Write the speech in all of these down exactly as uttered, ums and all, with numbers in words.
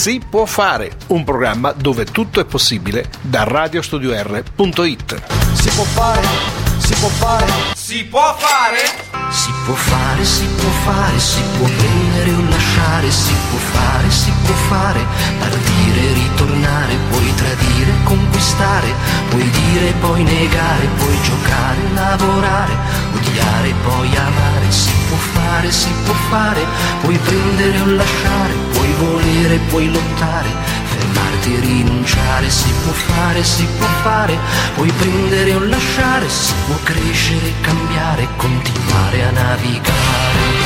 Si può fare, un programma dove tutto è possibile da radio studio r punto it. Si può fare, si può fare, si può fare, si può fare, si può fare, si può prendere o lasciare, si può fare, si può fare, partire, ritornare, puoi tradire, conquistare, puoi dire, poi negare, puoi giocare, lavorare, odiare, poi amare, si può fare, si può fare, puoi prendere o lasciare, puoi volere, puoi lottare, fermarti e rinunciare, si può fare, si può fare, puoi prendere o lasciare, si può crescere, cambiare, continuare a navigare.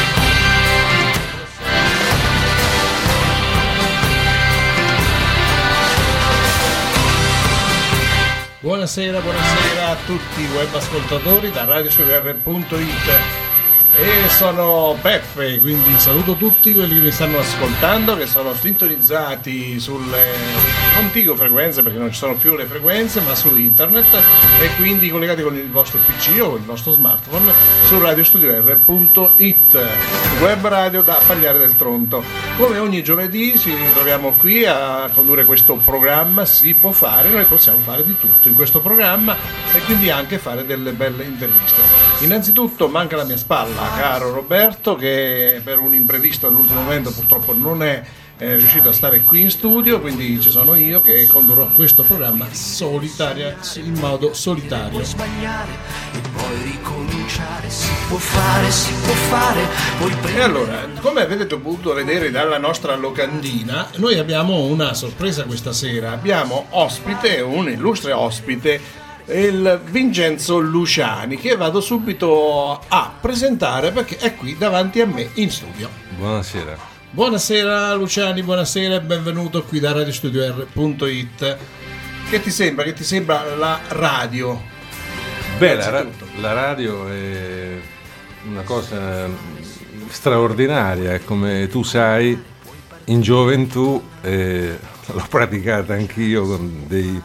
Buonasera, buonasera a tutti i web ascoltatori da radio studio r punto it. E sono Peppe, quindi saluto tutti quelli che mi stanno ascoltando, che sono sintonizzati sulle contigue frequenze, perché non ci sono più le frequenze, ma su internet, e quindi collegati con il vostro P C o il vostro smartphone su radio studio r punto it, web radio da Pagliare del Tronto. Come ogni giovedì ci ritroviamo qui a condurre questo programma. Si può fare, noi possiamo fare di tutto in questo programma e quindi anche fare delle belle interviste. Innanzitutto manca la mia spalla, caro Roberto, che per un imprevisto all'ultimo momento purtroppo non è eh, riuscito a stare qui in studio, quindi ci sono io che condurrò questo programma solitaria, in modo solitario. Puoi sbagliare e poi ricominciare, si può fare, si può fare, puoi E allora, come avete potuto vedere dalla nostra locandina, noi abbiamo una sorpresa questa sera. Abbiamo ospite, un illustre ospite, il Vincenzo Luciani, che vado subito a presentare perché è qui davanti a me in studio. Buonasera. Buonasera Luciani, buonasera e benvenuto qui da radio studio r punto it. Che ti sembra? Che ti sembra la radio? Beh, la, ra- la radio è una cosa straordinaria, come tu sai, in gioventù eh, l'ho praticata anch'io con dei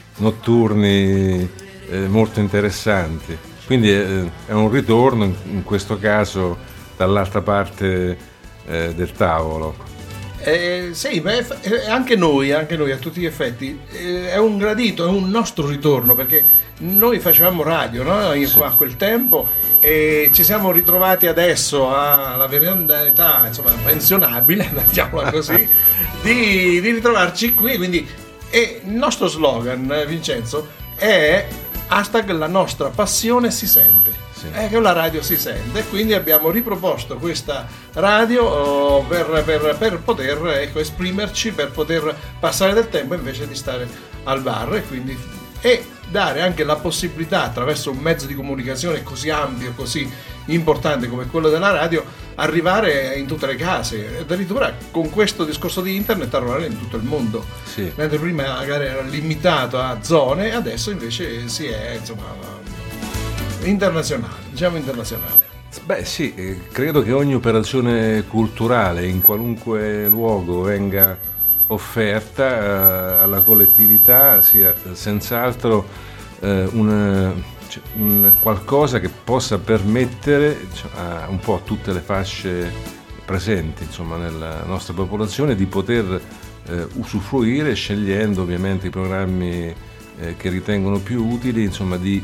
notturni eh, molto interessanti, quindi eh, è un ritorno in, in questo caso dall'altra parte eh, del tavolo. Eh, sì, beh, anche noi, anche noi a tutti gli effetti eh, è un gradito, è un nostro ritorno, perché noi facevamo radio, no? Sì. A quel tempo, e ci siamo ritrovati adesso alla veneranda età, insomma pensionabile, mettiamola così, di, di ritrovarci qui, quindi. E il nostro slogan, Vincenzo, è hashtag la nostra passione si sente. Sì. È che la radio si sente, quindi abbiamo riproposto questa radio per, per, per poter ecco, esprimerci, per poter passare del tempo invece di stare al bar, e quindi e dare anche la possibilità, attraverso un mezzo di comunicazione così ampio, così importante come quello della radio, arrivare in tutte le case, addirittura con questo discorso di internet arrivare in tutto il mondo. Sì. Mentre prima magari era limitato a zone, adesso invece si è insomma internazionale, diciamo internazionale. Beh sì, eh, credo che ogni operazione culturale in qualunque luogo venga offerta eh, alla collettività sia senz'altro eh, una un qualcosa che possa permettere, cioè, a un po' a tutte le fasce presenti, insomma, nella nostra popolazione, di poter eh, usufruire, scegliendo ovviamente i programmi eh, che ritengono più utili, insomma, di,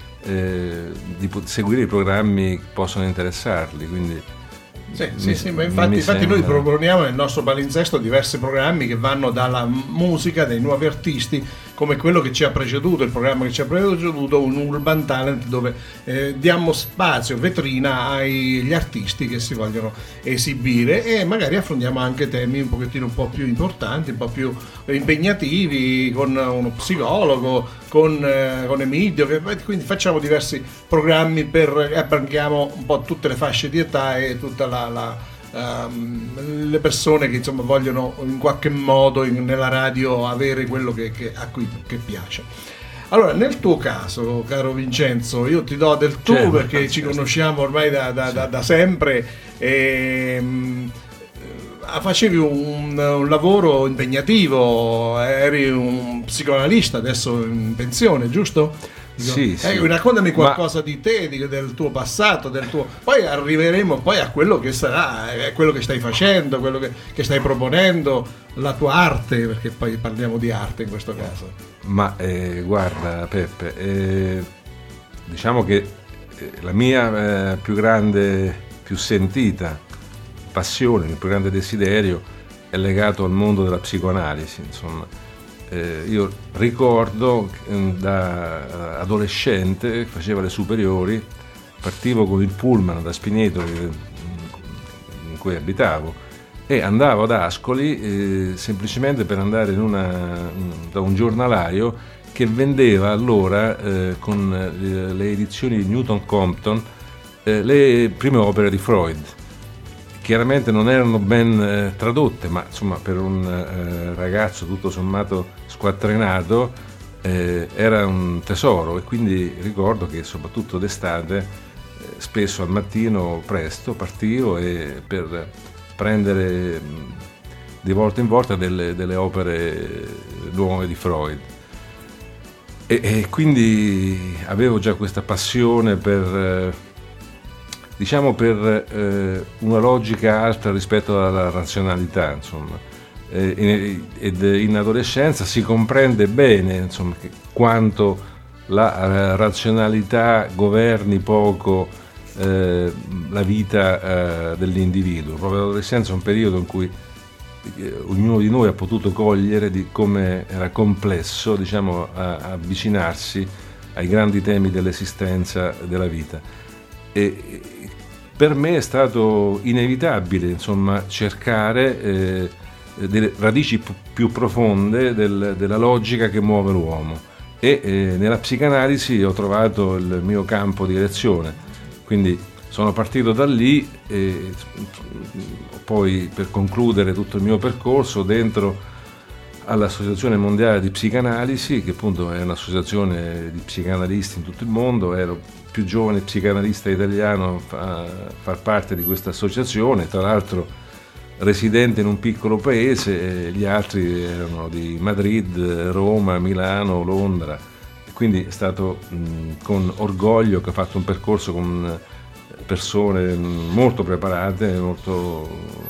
eh, di seguire i programmi che possono interessarli. Quindi Sì, mi, sì, sì, ma infatti, infatti sembra... noi proponiamo nel nostro palinsesto diversi programmi che vanno dalla musica, dei nuovi artisti, come quello che ci ha preceduto, il programma che ci ha preceduto, un Urban Talent, dove eh, diamo spazio, vetrina agli artisti che si vogliono esibire, e magari affrontiamo anche temi un pochettino un po' più importanti, un po' più impegnativi, con uno psicologo, con, eh, con Emidio, che, quindi facciamo diversi programmi per abbracchiamo un po' tutte le fasce di età e tutta la, la Um, le persone che insomma vogliono in qualche modo in, nella radio avere quello che, che a cui che piace. Allora, nel tuo caso, caro Vincenzo, io ti do del tu, certo, perché ci conosciamo ormai da, da, sì. da, da sempre, e um, facevi un, un lavoro impegnativo, eri un psicoanalista, adesso in pensione, giusto? Dico, sì, eh, sì. Raccontami qualcosa Ma... di te, di, del tuo passato, del tuo... poi arriveremo poi a quello che sarà, eh, quello che stai facendo, quello che, che stai proponendo, la tua arte, perché poi parliamo di arte in questo caso. Ma eh, guarda Peppe, eh, diciamo che eh, la mia eh, più grande, più sentita passione, il più grande desiderio è legato al mondo della psicoanalisi, insomma. Eh, io ricordo eh, da adolescente, facevo le superiori, partivo con il pullman da Spineto, in cui abitavo, e andavo ad Ascoli eh, semplicemente per andare in una, da un giornalaio che vendeva allora eh, con le, le edizioni di Newton Compton eh, le prime opere di Freud. Chiaramente non erano ben eh, tradotte, ma insomma per un eh, ragazzo tutto sommato squattrinato eh, era un tesoro, e quindi ricordo che soprattutto d'estate eh, spesso al mattino presto partivo e per prendere mh, di volta in volta delle, delle opere nuove di Freud. E, e quindi avevo già questa passione per... Eh, diciamo per eh, una logica alta rispetto alla razionalità, insomma, eh, ed in adolescenza si comprende bene, insomma, che quanto la razionalità governi poco eh, la vita eh, dell'individuo. Proprio l'adolescenza è un periodo in cui eh, ognuno di noi ha potuto cogliere di come era complesso, diciamo, a, a avvicinarsi ai grandi temi dell'esistenza della vita. E per me è stato inevitabile, insomma, cercare eh, delle radici p- più profonde del, della logica che muove l'uomo, e eh, nella psicanalisi ho trovato il mio campo di elezione, quindi sono partito da lì e poi, per concludere tutto il mio percorso, dentro all'Associazione Mondiale di Psicanalisi, che appunto è un'associazione di psicanalisti in tutto il mondo. Ero più giovane psicanalista italiano a far parte di questa associazione, tra l'altro residente in un piccolo paese, e gli altri erano di Madrid, Roma, Milano, Londra, e quindi è stato mh, con orgoglio che ho fatto un percorso con persone molto preparate, molto,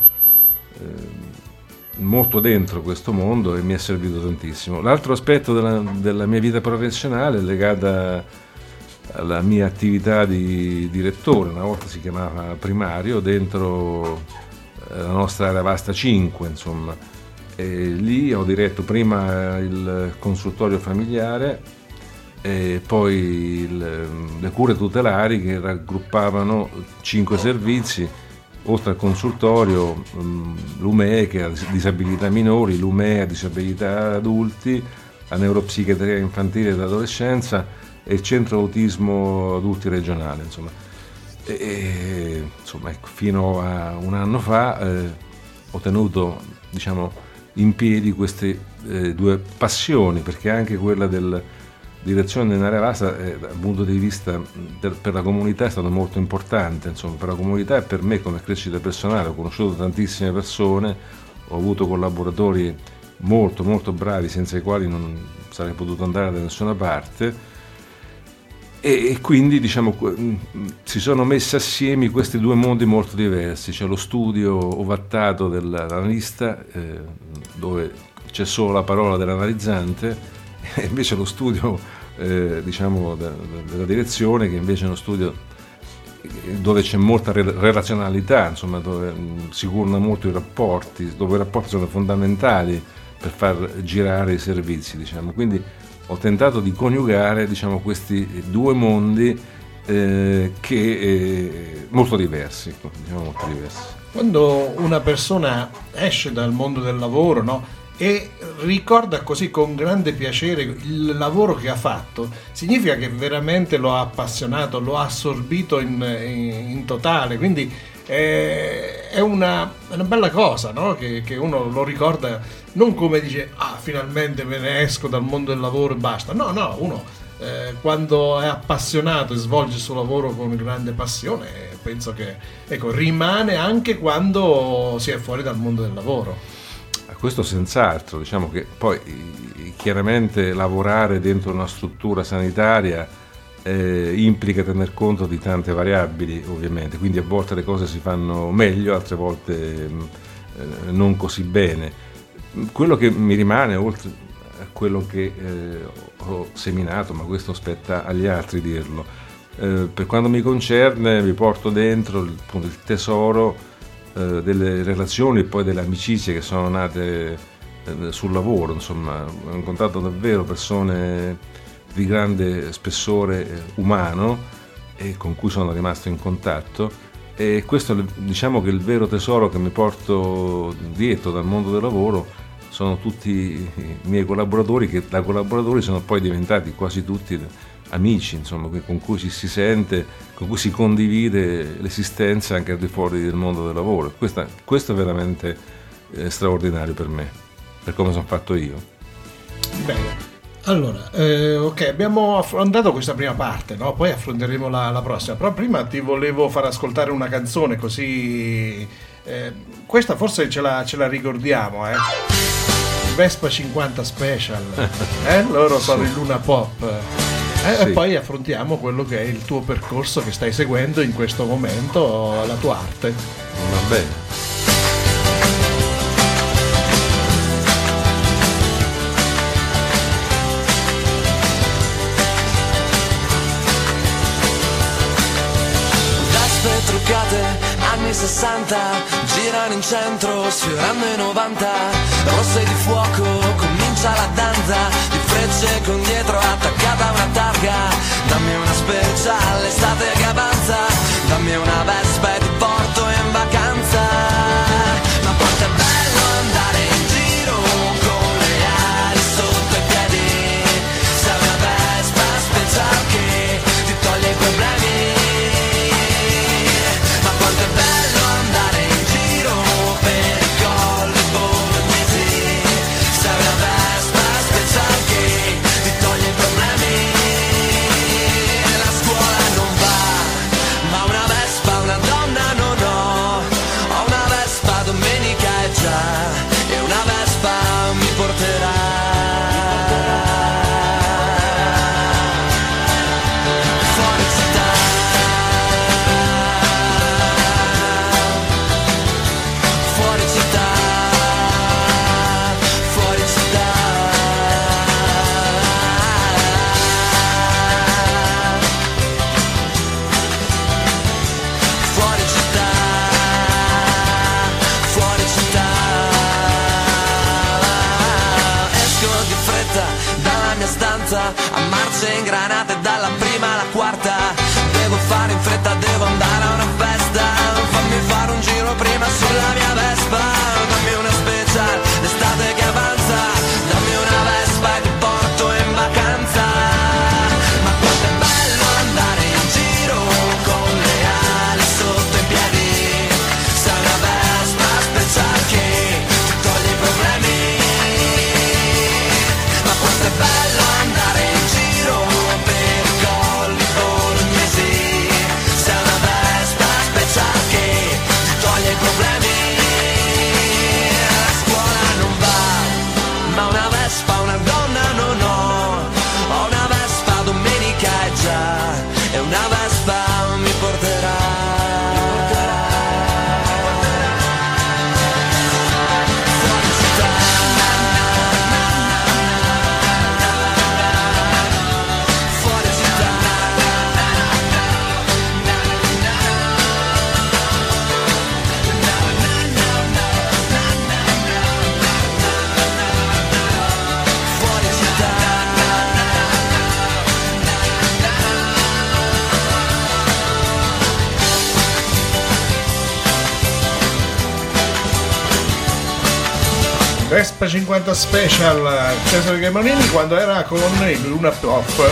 eh, molto dentro questo mondo, e mi è servito tantissimo. L'altro aspetto della, della mia vita professionale è legata alla mia attività di direttore, una volta si chiamava primario, dentro la nostra area vasta cinque, insomma. E lì ho diretto prima il consultorio familiare e poi il, le cure tutelari, che raggruppavano cinque servizi, oltre al consultorio, l'U M E, che ha disabilità minori, l'U M E ha disabilità adulti, la neuropsichiatria infantile ed adolescenza e il centro autismo adulti regionale, insomma. E, e, insomma, ecco, fino a un anno fa eh, ho tenuto, diciamo, in piedi queste eh, due passioni, perché anche quella della direzione in area vasta eh, dal punto di vista del, per la comunità è stato molto importante, insomma, per la comunità e per me come crescita personale. Ho conosciuto tantissime persone, ho avuto collaboratori molto molto bravi, senza i quali non sarei potuto andare da nessuna parte. E quindi, diciamo, si sono messi assieme questi due mondi molto diversi. C'è lo studio ovattato dell'analista, eh, dove c'è solo la parola dell'analizzante, e invece lo studio eh, diciamo de, de, della direzione, che invece è uno studio dove c'è molta re- relazionalità, insomma, dove mh, si curano molto i rapporti, dove i rapporti sono fondamentali per far girare i servizi, diciamo. Quindi ho tentato di coniugare, diciamo, questi due mondi eh, che eh, molto diversi, diciamo molto diversi. Quando una persona esce dal mondo del lavoro, no, e ricorda così con grande piacere il lavoro che ha fatto, significa che veramente lo ha appassionato, lo ha assorbito in, in, in totale, quindi eh, è una, una bella cosa, no? che, che uno lo ricorda non come dice ah finalmente me ne esco dal mondo del lavoro e basta, no no, uno eh, quando è appassionato e svolge il suo lavoro con grande passione, penso che ecco, rimane anche quando si è fuori dal mondo del lavoro. Questo senz'altro, diciamo che poi chiaramente lavorare dentro una struttura sanitaria eh, implica tener conto di tante variabili, ovviamente, quindi a volte le cose si fanno meglio, altre volte eh, non così bene. Quello che mi rimane, oltre a quello che eh, ho seminato, ma questo spetta agli altri dirlo, eh, per quanto mi concerne mi porto dentro il, appunto, il tesoro eh, delle relazioni e poi delle amicizie che sono nate eh, sul lavoro. Insomma, ho incontrato davvero persone di grande spessore eh, umano e con cui sono rimasto in contatto, e questo è, diciamo, che il vero tesoro che mi porto dietro dal mondo del lavoro. Sono tutti i miei collaboratori, che da collaboratori sono poi diventati quasi tutti amici, insomma, con cui ci si sente, con cui si condivide l'esistenza anche al di fuori del mondo del lavoro. Questa, questo è veramente eh, straordinario per me, per come sono fatto io. Bene, allora, eh, ok, abbiamo affrontato questa prima parte, no? Poi affronteremo la, la prossima, però prima ti volevo far ascoltare una canzone, così eh, questa forse ce la, ce la ricordiamo, eh? Vespa cinquanta Special, eh? Loro sono il Luna Pop, eh? Sì. E poi affrontiamo quello che è il tuo percorso che stai seguendo in questo momento, la tua arte. Va bene. Vespe truccate, anni sessanta, girano in centro, sfiorando i novanta, rosse di fuoco, comincia la danza, di frecce con dietro attaccata a una targa, dammi una speciale, estate che avanza, dammi una Vespa e ti porto in vacanza, ma quanto è bello andare in giro con le ali sotto i piedi, sei una Vespa speciale che ti toglie i problemi. A marce ingranate dalla prima alla quarta, devo fare in fretta, devo andare a una festa, fammi fare un giro prima sulla mia Vespa, dammi una special, l'estate che avanza, dammi una Vespa e ti porto in vacanza, ma quanto è bello andare in giro con le ali sotto i piedi, sei una Vespa special che ti toglie i problemi, ma quanto è bello andare in giro per i colli bolognesi, sei una Vespa speciale che ti toglie i problemi, la scuola non va, ma una Vespa, una donna non ho, ho una Vespa domenica e già, e una Vespa mi porterà. Vespa cinquanta Special, Cesare Cremonini quando era con il Luna Pop.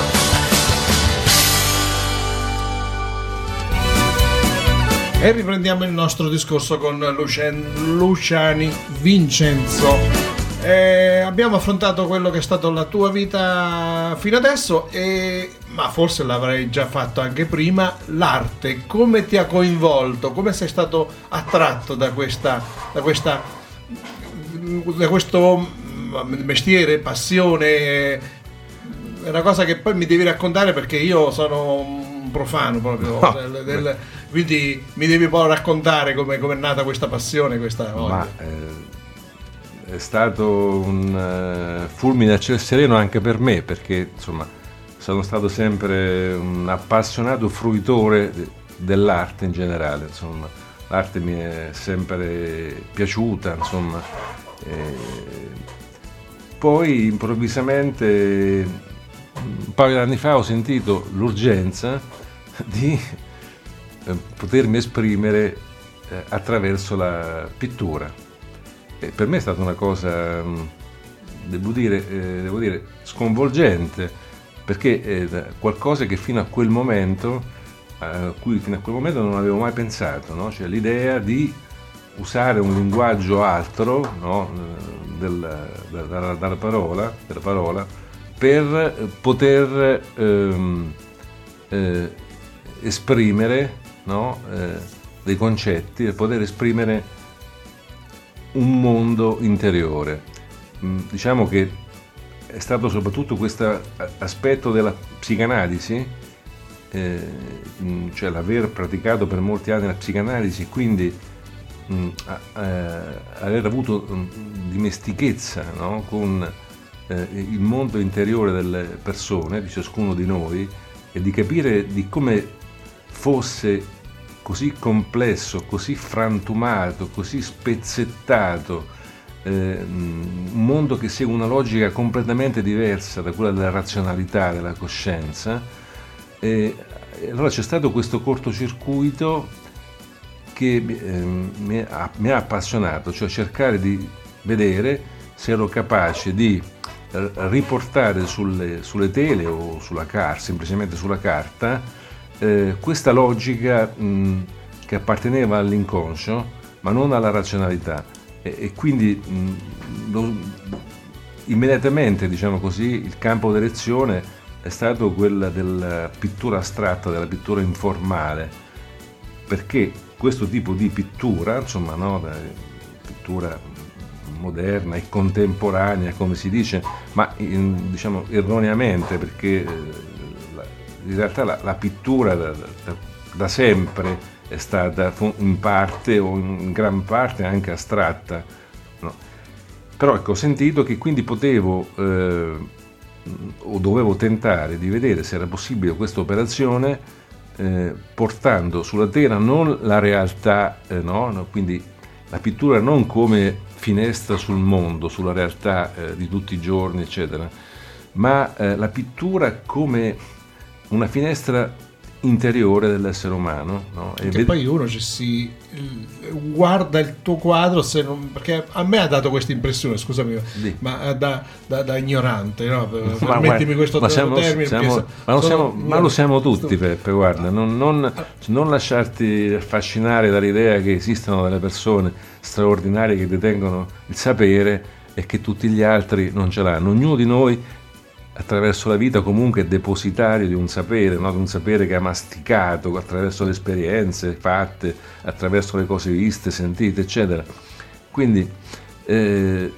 E riprendiamo il nostro discorso con Lucien, Luciani Vincenzo. Eh, abbiamo affrontato quello che è stato la tua vita fino adesso, e, ma forse l'avrei già fatto anche prima, l'arte. Come ti ha coinvolto? Come sei stato attratto da questa, da questa da questo mestiere, passione, è una cosa che poi mi devi raccontare, perché io sono un profano proprio, no, del, del, quindi mi devi poi raccontare come è nata questa passione, questa voglia. Ma, eh, è stato un uh, fulmine a ciel sereno anche per me, perché insomma sono stato sempre un appassionato fruitore de- dell'arte in generale, insomma l'arte mi è sempre piaciuta, insomma. E poi improvvisamente un paio di anni fa ho sentito l'urgenza di eh, potermi esprimere eh, attraverso la pittura, e per me è stata una cosa, devo dire, eh, devo dire sconvolgente, perché è qualcosa che fino a quel momento a cui fino a quel momento non avevo mai pensato, no? Cioè l'idea di usare un linguaggio altro, no? Del, dalla, dalla parola, della parola per poter ehm, eh, esprimere, no? eh, dei concetti, per poter esprimere un mondo interiore. Mm, diciamo che è stato soprattutto questo aspetto della psicanalisi, eh, cioè l'aver praticato per molti anni la psicanalisi, quindi mh, eh, aver avuto mh, dimestichezza, no? con eh, il mondo interiore delle persone, di ciascuno di noi, e di capire di come fosse così complesso, così frantumato, così spezzettato, eh, un mondo che segue una logica completamente diversa da quella della razionalità, della coscienza. E allora c'è stato questo cortocircuito che eh, mi, ha, mi ha appassionato, cioè cercare di vedere se ero capace di riportare sulle, sulle tele o sulla carta, semplicemente sulla carta, eh, questa logica mh, che apparteneva all'inconscio ma non alla razionalità, e, e quindi mh, lo, immediatamente, diciamo così, il campo d'elezione è stato quella della pittura astratta, della pittura informale, perché questo tipo di pittura, insomma, no, pittura moderna e contemporanea, come si dice, ma in, diciamo erroneamente, perché in realtà la, la pittura da, da, da sempre è stata in parte o in gran parte anche astratta, no? Però ecco, ho sentito che quindi potevo eh, o dovevo tentare di vedere se era possibile questa operazione, eh, portando sulla tela non la realtà, eh, no? No, quindi la pittura non come finestra sul mondo, sulla realtà eh, di tutti i giorni, eccetera, ma eh, la pittura come una finestra interiore dell'essere umano, no? E ved- poi uno ci si guarda il tuo quadro, se non, perché a me ha dato questa impressione, scusami, sì. ma da, da, da ignorante, no? Permettimi questo ma siamo, termine, siamo, so, ma, lo sono, siamo, ma lo siamo tutti, sto... Peppe, guarda, non, non, non lasciarti affascinare dall'idea che esistono delle persone straordinarie che detengono il sapere e che tutti gli altri non ce l'hanno. Ognuno di noi attraverso la vita comunque è depositario di un sapere, no? Di un sapere che ha masticato attraverso le esperienze fatte, attraverso le cose viste, sentite, eccetera. Quindi eh,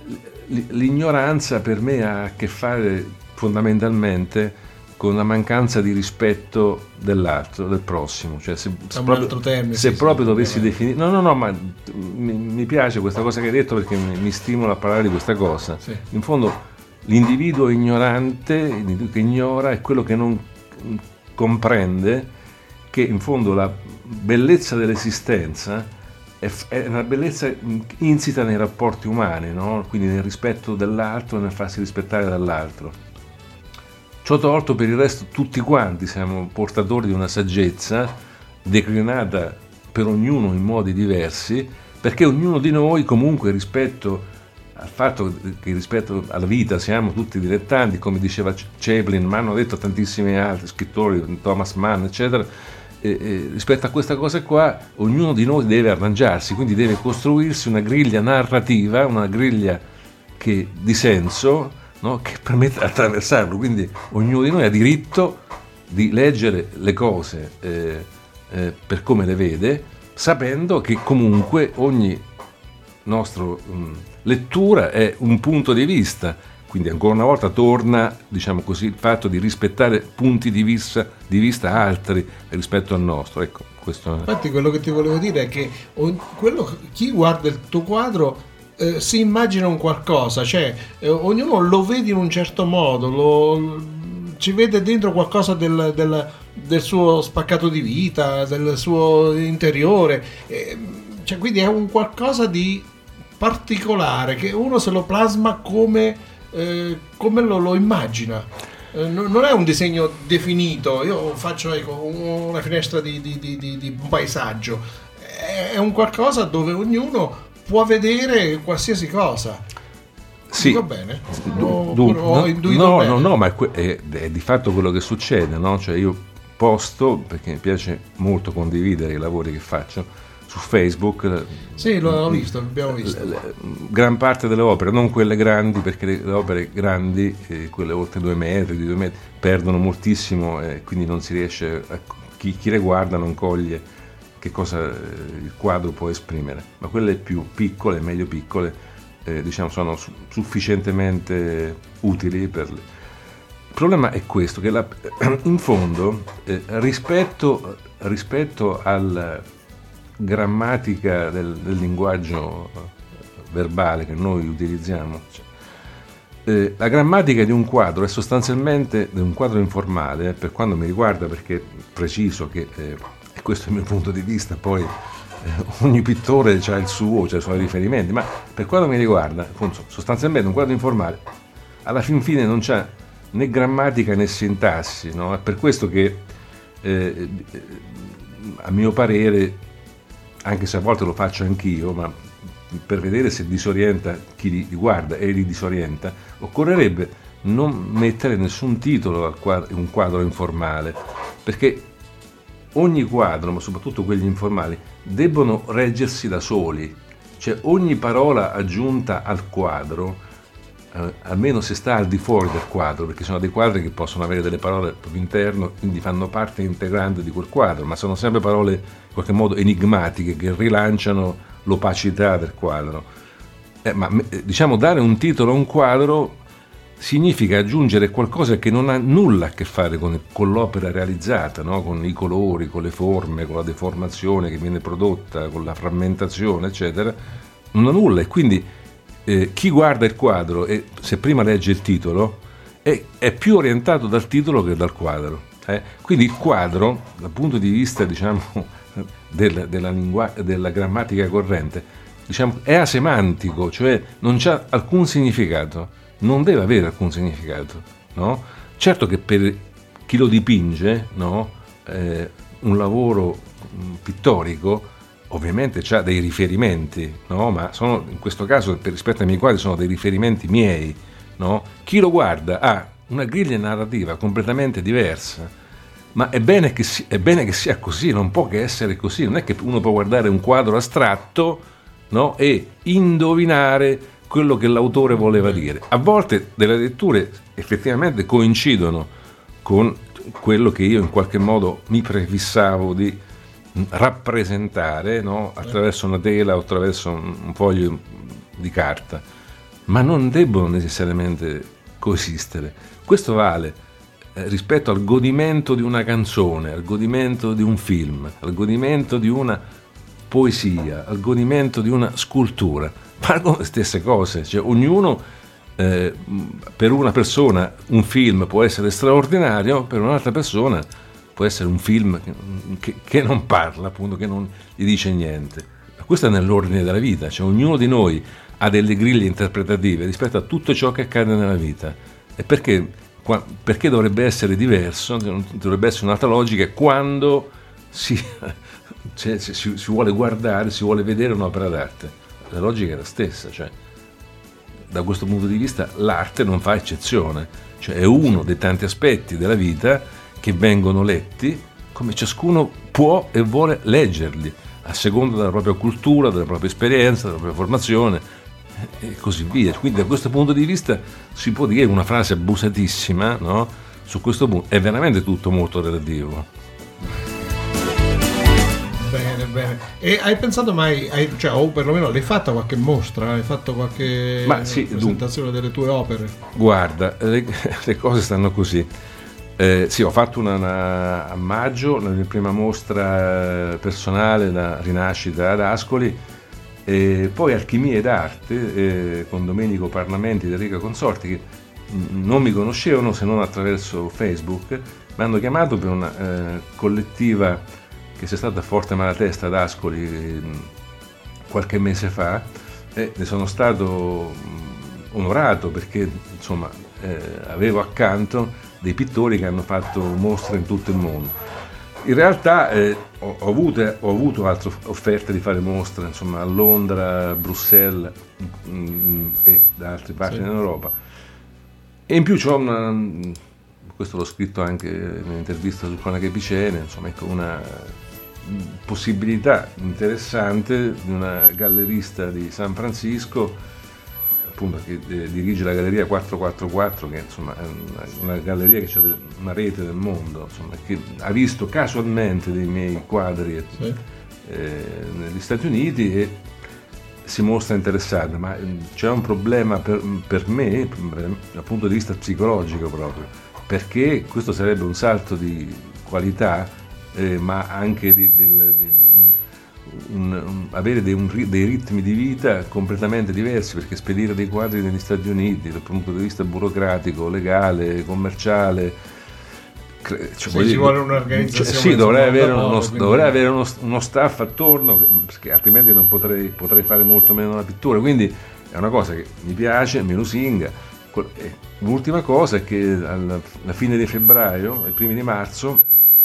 l'ignoranza per me ha a che fare fondamentalmente con la mancanza di rispetto dell'altro, del prossimo. Cioè se, se proprio, termine, se sì, proprio sì, dovessi definire... No, no, no, ma mi, mi piace questa cosa che hai detto, perché mi, mi stimola a parlare di questa cosa. Sì. In fondo l'individuo ignorante, l'individuo che ignora, è quello che non comprende che in fondo la bellezza dell'esistenza è, è una bellezza insita nei rapporti umani, no? Quindi nel rispetto dell'altro e nel farsi rispettare dall'altro. Ciò tolto, per il resto tutti quanti siamo portatori di una saggezza declinata per ognuno in modi diversi, perché ognuno di noi comunque rispetto al fatto che rispetto alla vita siamo tutti dilettanti, come diceva Chaplin, ma hanno detto tantissimi altri scrittori, Thomas Mann, eccetera, e, e rispetto a questa cosa qua ognuno di noi deve arrangiarsi, quindi deve costruirsi una griglia narrativa, una griglia che, di senso, no, che permette di attraversarlo. Quindi ognuno di noi ha diritto di leggere le cose eh, eh, per come le vede, sapendo che comunque ogni nostra um, lettura è un punto di vista, quindi ancora una volta torna, diciamo così, il fatto di rispettare punti di vista, di vista altri rispetto al nostro. Ecco, questo è... Infatti quello che ti volevo dire è che quello, chi guarda il tuo quadro eh, si immagina un qualcosa, cioè eh, ognuno lo vede in un certo modo, lo, ci vede dentro qualcosa del, del, del suo spaccato di vita, del suo interiore, eh, cioè, quindi è un qualcosa di particolare che uno se lo plasma come... Eh, come lo, lo immagina, eh, non è un disegno definito. Io faccio ecco, una finestra di, di, di, di, di un paesaggio, è un qualcosa dove ognuno può vedere qualsiasi cosa. Sì. Dico bene? Du, du, o, no, no, bene? no, no, ma è, è, è di fatto quello che succede, no? Cioè io posto, perché mi piace molto condividere i lavori che faccio su Facebook. Sì, l'ho visto, abbiamo visto. Gran parte delle opere, non quelle grandi, perché le, le opere grandi, eh, quelle oltre due metri, di due metri, perdono moltissimo e eh, quindi non si riesce, a, chi, chi le guarda non coglie che cosa eh, il quadro può esprimere. Ma quelle più piccole, meglio piccole, eh, diciamo sono su, sufficientemente utili per le... Il problema è questo, che la, in fondo eh, rispetto, rispetto al grammatica del, del linguaggio verbale che noi utilizziamo, cioè, eh, la grammatica di un quadro è sostanzialmente di un quadro informale, per quanto mi riguarda, perché preciso che eh, e questo è il mio punto di vista, poi eh, ogni pittore ha il suo, cioè i suoi riferimenti, ma per quanto mi riguarda sostanzialmente un quadro informale alla fin fine non c'ha né grammatica né sintassi, no? È per questo che eh, a mio parere, anche se a volte lo faccio anch'io, ma per vedere se disorienta chi li guarda e li disorienta, occorrerebbe non mettere nessun titolo al quadro, un quadro informale, perché ogni quadro, ma soprattutto quelli informali, debbono reggersi da soli, cioè ogni parola aggiunta al quadro, eh, almeno se sta al di fuori del quadro, perché sono dei quadri che possono avere delle parole proprio interno, quindi fanno parte integrante di quel quadro, ma sono sempre parole in qualche modo enigmatiche che rilanciano l'opacità del quadro. Eh, ma diciamo, dare un titolo a un quadro significa aggiungere qualcosa che non ha nulla a che fare con, con l'opera realizzata, no? Con i colori, con le forme, con la deformazione che viene prodotta, con la frammentazione, eccetera. Non ha nulla, e quindi eh, chi guarda il quadro e se prima legge il titolo è, è più orientato dal titolo che dal quadro. Eh? Quindi il quadro, dal punto di vista, diciamo, del, della, lingua, della grammatica corrente, diciamo, è asemantico, cioè non c'ha alcun significato, non deve avere alcun significato, no? Certo che per chi lo dipinge, no? eh, un lavoro pittorico ovviamente ha dei riferimenti, no? Ma sono, in questo caso, per rispetto ai miei quadri, sono dei riferimenti miei, no? Chi lo guarda ha una griglia narrativa completamente diversa, ma è bene che si, è bene che sia così, non può che essere così. Non è che uno può guardare un quadro astratto, no? E indovinare quello che l'autore voleva dire. A volte delle letture effettivamente coincidono con quello che io in qualche modo mi prefissavo di rappresentare, no? Attraverso una tela o attraverso un foglio di carta, ma non debbono necessariamente coesistere. Questo vale eh, rispetto al godimento di una canzone, al godimento di un film, al godimento di una poesia, al godimento di una scultura. Valgono le stesse cose, cioè ognuno, eh, per una persona un film può essere straordinario, per un'altra persona può essere un film che, che, che non parla, appunto, che non gli dice niente. Questo è nell'ordine della vita, cioè ognuno di noi ha delle griglie interpretative rispetto a tutto ciò che accade nella vita. E perché, perché dovrebbe essere diverso, dovrebbe essere un'altra logica quando si, cioè, si, si vuole guardare, si vuole vedere un'opera d'arte. La logica è la stessa, cioè da questo punto di vista l'arte non fa eccezione, cioè è uno dei tanti aspetti della vita che vengono letti come ciascuno può e vuole leggerli, a seconda della propria cultura, della propria esperienza, della propria formazione e così via. Quindi da questo punto di vista si può dire una frase abusatissima, no? Su questo punto è veramente tutto molto relativo. Bene. Bene, bene. E hai pensato mai, hai, cioè, o perlomeno l'hai fatta qualche mostra? Hai fatto qualche Ma sì, presentazione delle tue opere? Guarda, le, le cose stanno così. Eh, sì, ho fatto una, una a maggio, la mia prima mostra personale, la Rinascita ad Ascoli, e poi Alchimie d'Arte eh, con Domenico Parlamenti ed Enrico Consorti, che mh, non mi conoscevano se non attraverso Facebook, mi hanno chiamato per una eh, collettiva che sia stata a Forte Malatesta ad Ascoli eh, qualche mese fa, e ne sono stato mh, onorato perché insomma eh, avevo accanto dei pittori che hanno fatto mostre in tutto il mondo. In realtà eh, ho, ho, avuto, ho avuto altre offerte di fare mostre, insomma, a Londra, a Bruxelles mh, mh, e da altre parti sì. in Europa. E in più c'ho una, questo l'ho scritto anche in un'intervista su Cronache Picene, insomma, ecco, una possibilità interessante di una gallerista di San Francisco, appunto, che eh, dirige la galleria quattrocentoquarantaquattro, che insomma è una, una galleria che ha una rete del mondo, insomma, che ha visto casualmente dei miei quadri sì. eh, negli Stati Uniti e si mostra interessata, ma c'è un problema per, per me dal punto di vista psicologico proprio, perché questo sarebbe un salto di qualità, eh, ma anche di, di, di Un, un, avere dei, un, dei ritmi di vita completamente diversi, perché spedire dei quadri negli Stati Uniti dal punto di vista burocratico, legale, commerciale, cre- cioè, sì, ci dire, vuole un'organizzazione, cioè, sì, dovrei avere, modo, uno, quindi... dovrei avere uno, uno staff attorno, perché altrimenti non potrei, potrei fare molto meno la pittura, quindi è una cosa che mi piace, mi lusinga. L'ultima cosa è che alla, alla fine di febbraio, ai primi di marzo,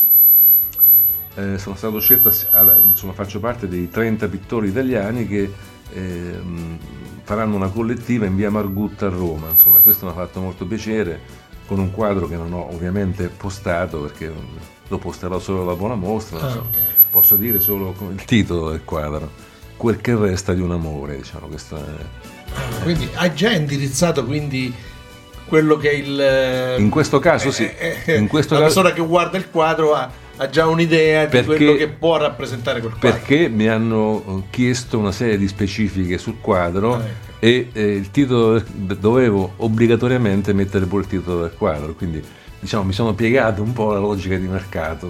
Eh, sono stato scelto, a, insomma, faccio parte dei trenta pittori italiani che eh, faranno una collettiva in via Margutta a Roma, insomma, questo mi ha fatto molto piacere, con un quadro che non ho ovviamente postato perché lo posterò solo dopo una mostra, ah, so. okay. Posso dire solo il titolo del quadro, Quel che resta di un amore, diciamo. Questo è... Quindi hai già indirizzato quindi quello che è il... In questo caso sì, eh, in questo la caso... persona che guarda il quadro ha ha già un'idea perché, di quello che può rappresentare quel quadro. Perché mi hanno chiesto una serie di specifiche sul quadro ah, ecco. e eh, il titolo, dovevo obbligatoriamente mettere pure il titolo del quadro, quindi diciamo mi sono piegato un po' alla logica di mercato.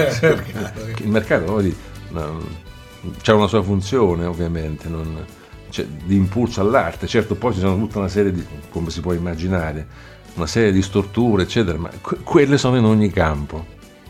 Il mercato poi no, c'ha una sua funzione ovviamente, non, cioè, di impulso all'arte, certo poi ci sono tutta una serie di, come si può immaginare, una serie di storture eccetera, ma que- quelle sono in ogni campo.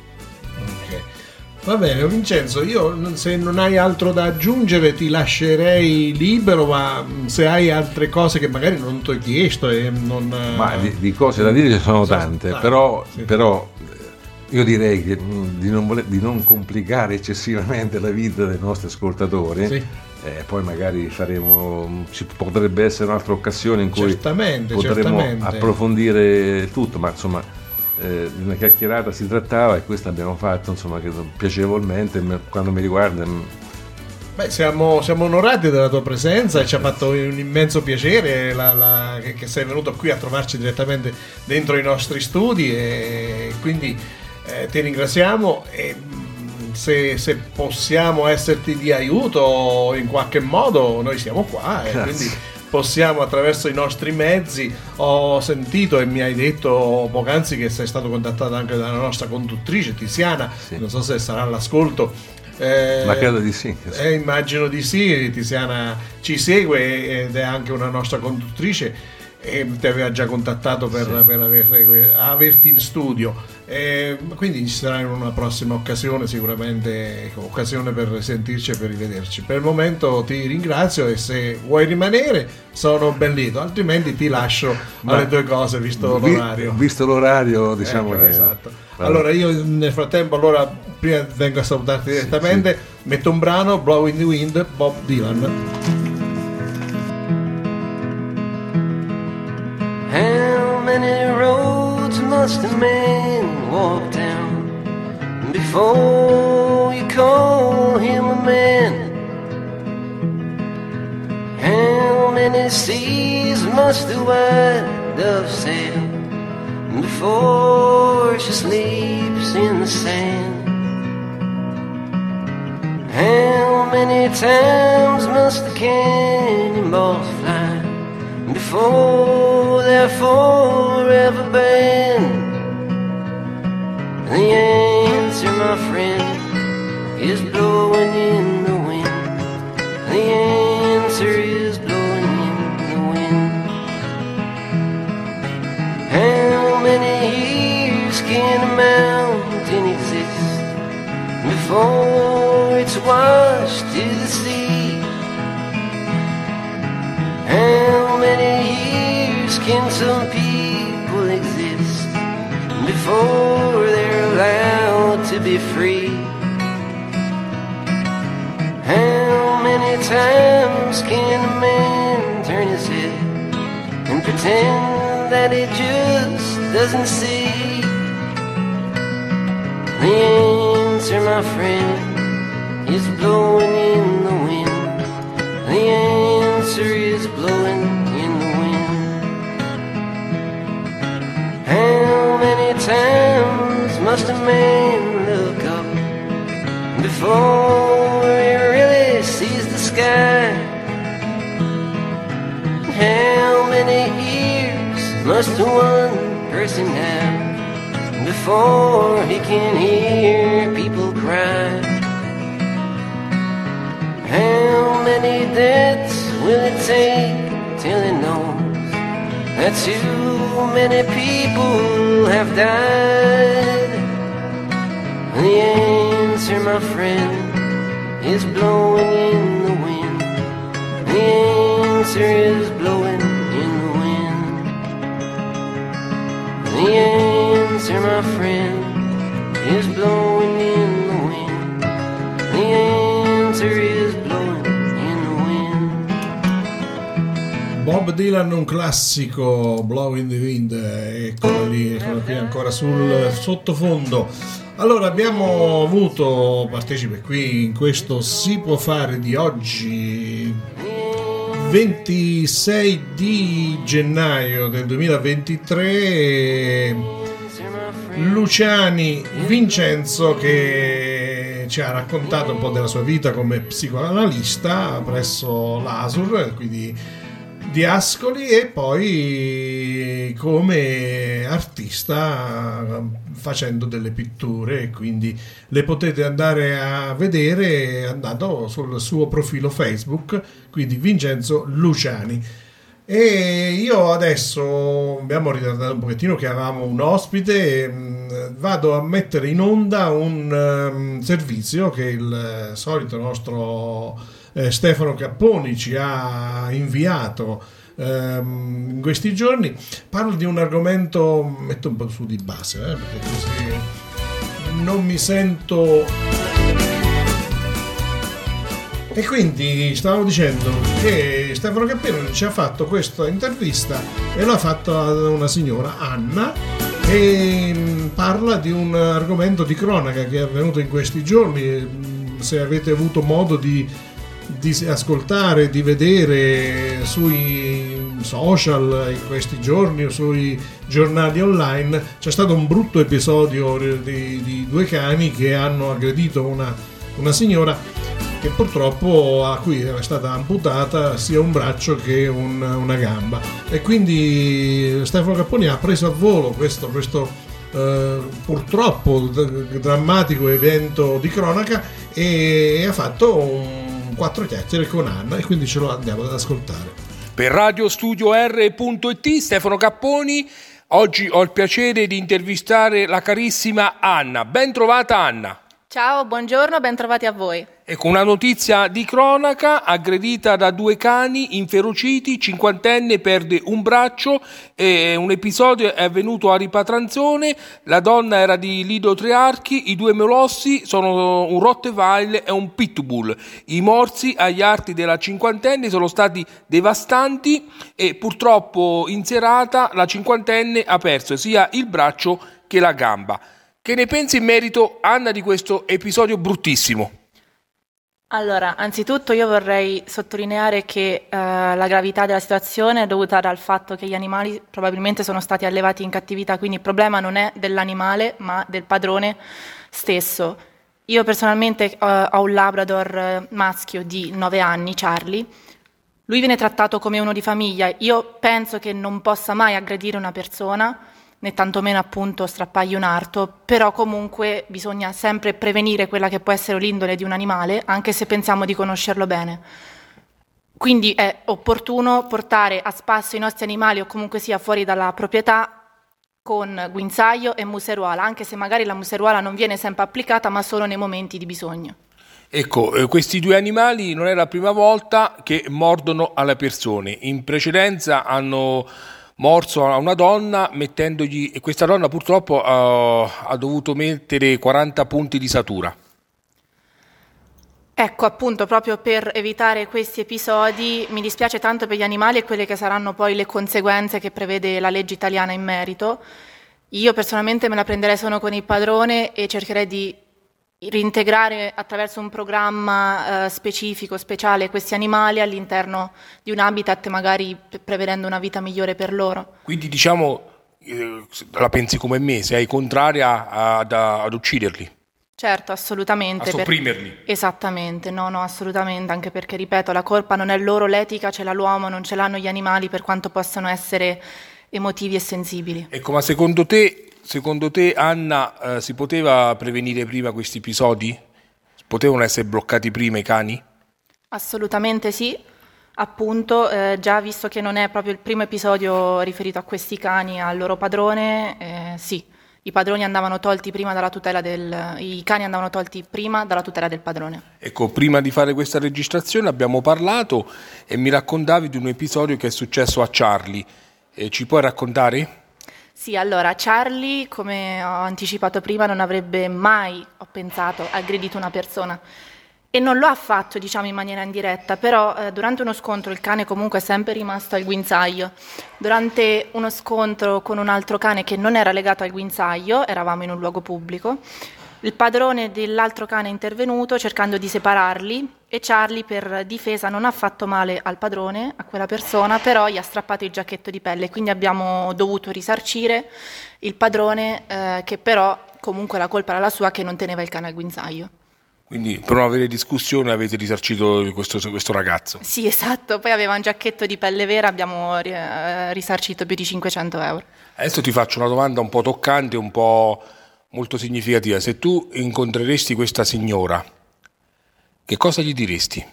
Va bene Vincenzo, io se non hai altro da aggiungere ti lascerei libero, ma se hai altre cose che magari non ti ho chiesto e non... Ma di, di cose da dire ci sono tante, tante però, sì. però io direi che di non, voler, di non complicare eccessivamente la vita dei nostri ascoltatori, sì. eh, poi magari faremo, ci potrebbe essere un'altra occasione in cui certamente, potremo certamente. approfondire tutto, ma insomma... Eh, una chiacchierata si trattava e questa abbiamo fatto, insomma, credo, piacevolmente. Quando mi riguarda beh, siamo, siamo onorati della tua presenza e ci ha fatto un immenso piacere la, la, che, che sei venuto qui a trovarci direttamente dentro i nostri studi e quindi eh, ti ringraziamo e se, se possiamo esserti di aiuto in qualche modo noi siamo qua e quindi possiamo attraverso i nostri mezzi. Ho sentito e mi hai detto poc'anzi che sei stato contattato anche dalla nostra conduttrice Tiziana, sì. Non so se sarà all'ascolto, eh, ma credo di sì, eh, immagino di sì. Tiziana ci segue ed è anche una nostra conduttrice e ti aveva già contattato per, sì. per aver, averti in studio, e quindi ci sarà in una prossima occasione sicuramente occasione per sentirci e per rivederci. Per il momento ti ringrazio e se vuoi rimanere sono ben lieto, altrimenti ti lascio Ma alle tue cose visto vi, l'orario visto l'orario diciamo ecco, che esatto. Allora io nel frattempo allora prima vengo a salutarti direttamente, sì, sì. Metto un brano, Blow in the Wind, Bob Dylan. How many roads must a man walk down before you call him a man? How many seas must the white dove sail before she sleeps in the sand? How many times must the cannonballs fly before they're forever banned? The answer, my friend, is blowing in the wind. The answer is blowing in the wind. How many years can a mountain exist before it's washed to the sea? How many years can some people exist before they're allowed to be free? How many times can a man turn his head and pretend that he just doesn't see? The answer, my friend, is blowing in the wind. The answer is blowing in the wind. How many times must a man look up before he really sees the sky? How many ears must one person have before he can hear people cry? How many deaths will it take till he knows that too many people have died? The answer, my friend, is blowing in the wind. The answer is blowing in the wind. The answer, my friend, is blowing in the wind. The answer is blowing in the wind. Bob Dylan, un classico, Blow in the Wind, eccolo lì, eccolo qui ancora sul sottofondo. Allora, abbiamo avuto partecipe qui in questo Si può fare di oggi, ventisei di gennaio del duemilaventitré. Luciani Vincenzo, che ci ha raccontato un po' della sua vita come psicoanalista presso l'Asur, quindi di Ascoli, e poi come artista facendo delle pitture, e quindi le potete andare a vedere andando sul suo profilo Facebook, quindi Vincenzo Luciani. E io adesso abbiamo ritardato un pochettino che avevamo un ospite, mh, vado a mettere in onda un um, servizio che il solito nostro eh, Stefano Capponi ci ha inviato um, in questi giorni. Parlo di un argomento, metto un po' su di base eh, perché così non mi sento. E quindi stavo dicendo che Stefano Capponi ci ha fatto questa intervista e l'ha fatta a una signora, Anna, e parla di un argomento di cronaca che è avvenuto in questi giorni. Se avete avuto modo di, di ascoltare, di vedere sui social in questi giorni o sui giornali online, c'è stato un brutto episodio di, di due cani che hanno aggredito una, una signora che purtroppo a cui era stata amputata sia un braccio che un, una gamba, e quindi Stefano Capponi ha preso a volo questo, questo eh, purtroppo d- drammatico evento di cronaca e, e ha fatto un quattro chiacchiere con Anna, e quindi ce lo andiamo ad ascoltare. Per radio studio erre punto it, Stefano Capponi. Oggi ho il piacere di intervistare la carissima Anna. Ben trovata, Anna. Ciao, buongiorno, ben trovati a voi. Ecco, una notizia di cronaca: aggredita da due cani inferociti, cinquantenne perde un braccio, e un episodio è avvenuto a Ripatranzone. La donna era di Lido Tre Archi, i due molossi sono un Rottweiler e un Pitbull. I morsi agli arti della cinquantenne sono stati devastanti e purtroppo in serata la cinquantenne ha perso sia il braccio che la gamba. Che ne pensi in merito, Anna, di questo episodio bruttissimo? Allora, anzitutto io vorrei sottolineare che eh, la gravità della situazione è dovuta dal fatto che gli animali probabilmente sono stati allevati in cattività, quindi il problema non è dell'animale ma del padrone stesso. Io personalmente uh, ho un Labrador maschio di nove anni, Charlie. Lui viene trattato come uno di famiglia. Io penso che non possa mai aggredire una persona, né tantomeno appunto strappargli un arto, però comunque bisogna sempre prevenire quella che può essere l'indole di un animale, anche se pensiamo di conoscerlo bene. Quindi è opportuno portare a spasso i nostri animali o comunque sia fuori dalla proprietà con guinzaglio e museruola, anche se magari la museruola non viene sempre applicata, ma solo nei momenti di bisogno. Ecco, eh, questi due animali non è la prima volta che mordono alle persone. In precedenza hanno morso a una donna mettendogli, e questa donna purtroppo uh, ha dovuto mettere quaranta punti di sutura. Ecco, appunto, proprio per evitare questi episodi, mi dispiace tanto per gli animali e quelle che saranno poi le conseguenze che prevede la legge italiana in merito. Io personalmente me la prenderei solo con il padrone e cercherei di reintegrare attraverso un programma eh, specifico, speciale, questi animali all'interno di un habitat, magari prevedendo una vita migliore per loro. Quindi diciamo, eh, la pensi come me, sei contraria ad, ad ucciderli? Certo, assolutamente. A sopprimerli? Per... Esattamente, no, no, assolutamente, anche perché, ripeto, la colpa non è loro, l'etica ce l'ha l'uomo, non ce l'hanno gli animali, per quanto possano essere emotivi e sensibili. Ecco, ma secondo te, secondo te Anna, eh, si poteva prevenire prima questi episodi? Potevano essere bloccati prima i cani? Assolutamente sì, appunto, eh, già visto che non è proprio il primo episodio riferito a questi cani, al loro padrone, eh, sì. I padroni andavano tolti prima dalla tutela del... I cani andavano tolti prima dalla tutela del padrone. Ecco, prima di fare questa registrazione abbiamo parlato e mi raccontavi di un episodio che è successo a Charlie. Eh, ci puoi raccontare? Sì, allora, Charlie, come ho anticipato prima, non avrebbe mai, ho pensato, aggredito una persona. E non lo ha fatto, diciamo, in maniera indiretta, però eh, durante uno scontro il cane comunque è sempre rimasto al guinzaglio. Durante uno scontro con un altro cane che non era legato al guinzaglio, eravamo in un luogo pubblico, il padrone dell'altro cane è intervenuto cercando di separarli e Charlie per difesa non ha fatto male al padrone, a quella persona, però gli ha strappato il giacchetto di pelle, quindi abbiamo dovuto risarcire il padrone eh, che però comunque la colpa era la sua, che non teneva il cane al guinzaglio. Quindi per non avere discussione avete risarcito questo, questo ragazzo? Sì, esatto, poi aveva un giacchetto di pelle vera, abbiamo risarcito più di cinquecento euro. Adesso ti faccio una domanda un po' toccante, un po' molto significativa. Se tu incontreresti questa signora, che cosa gli diresti?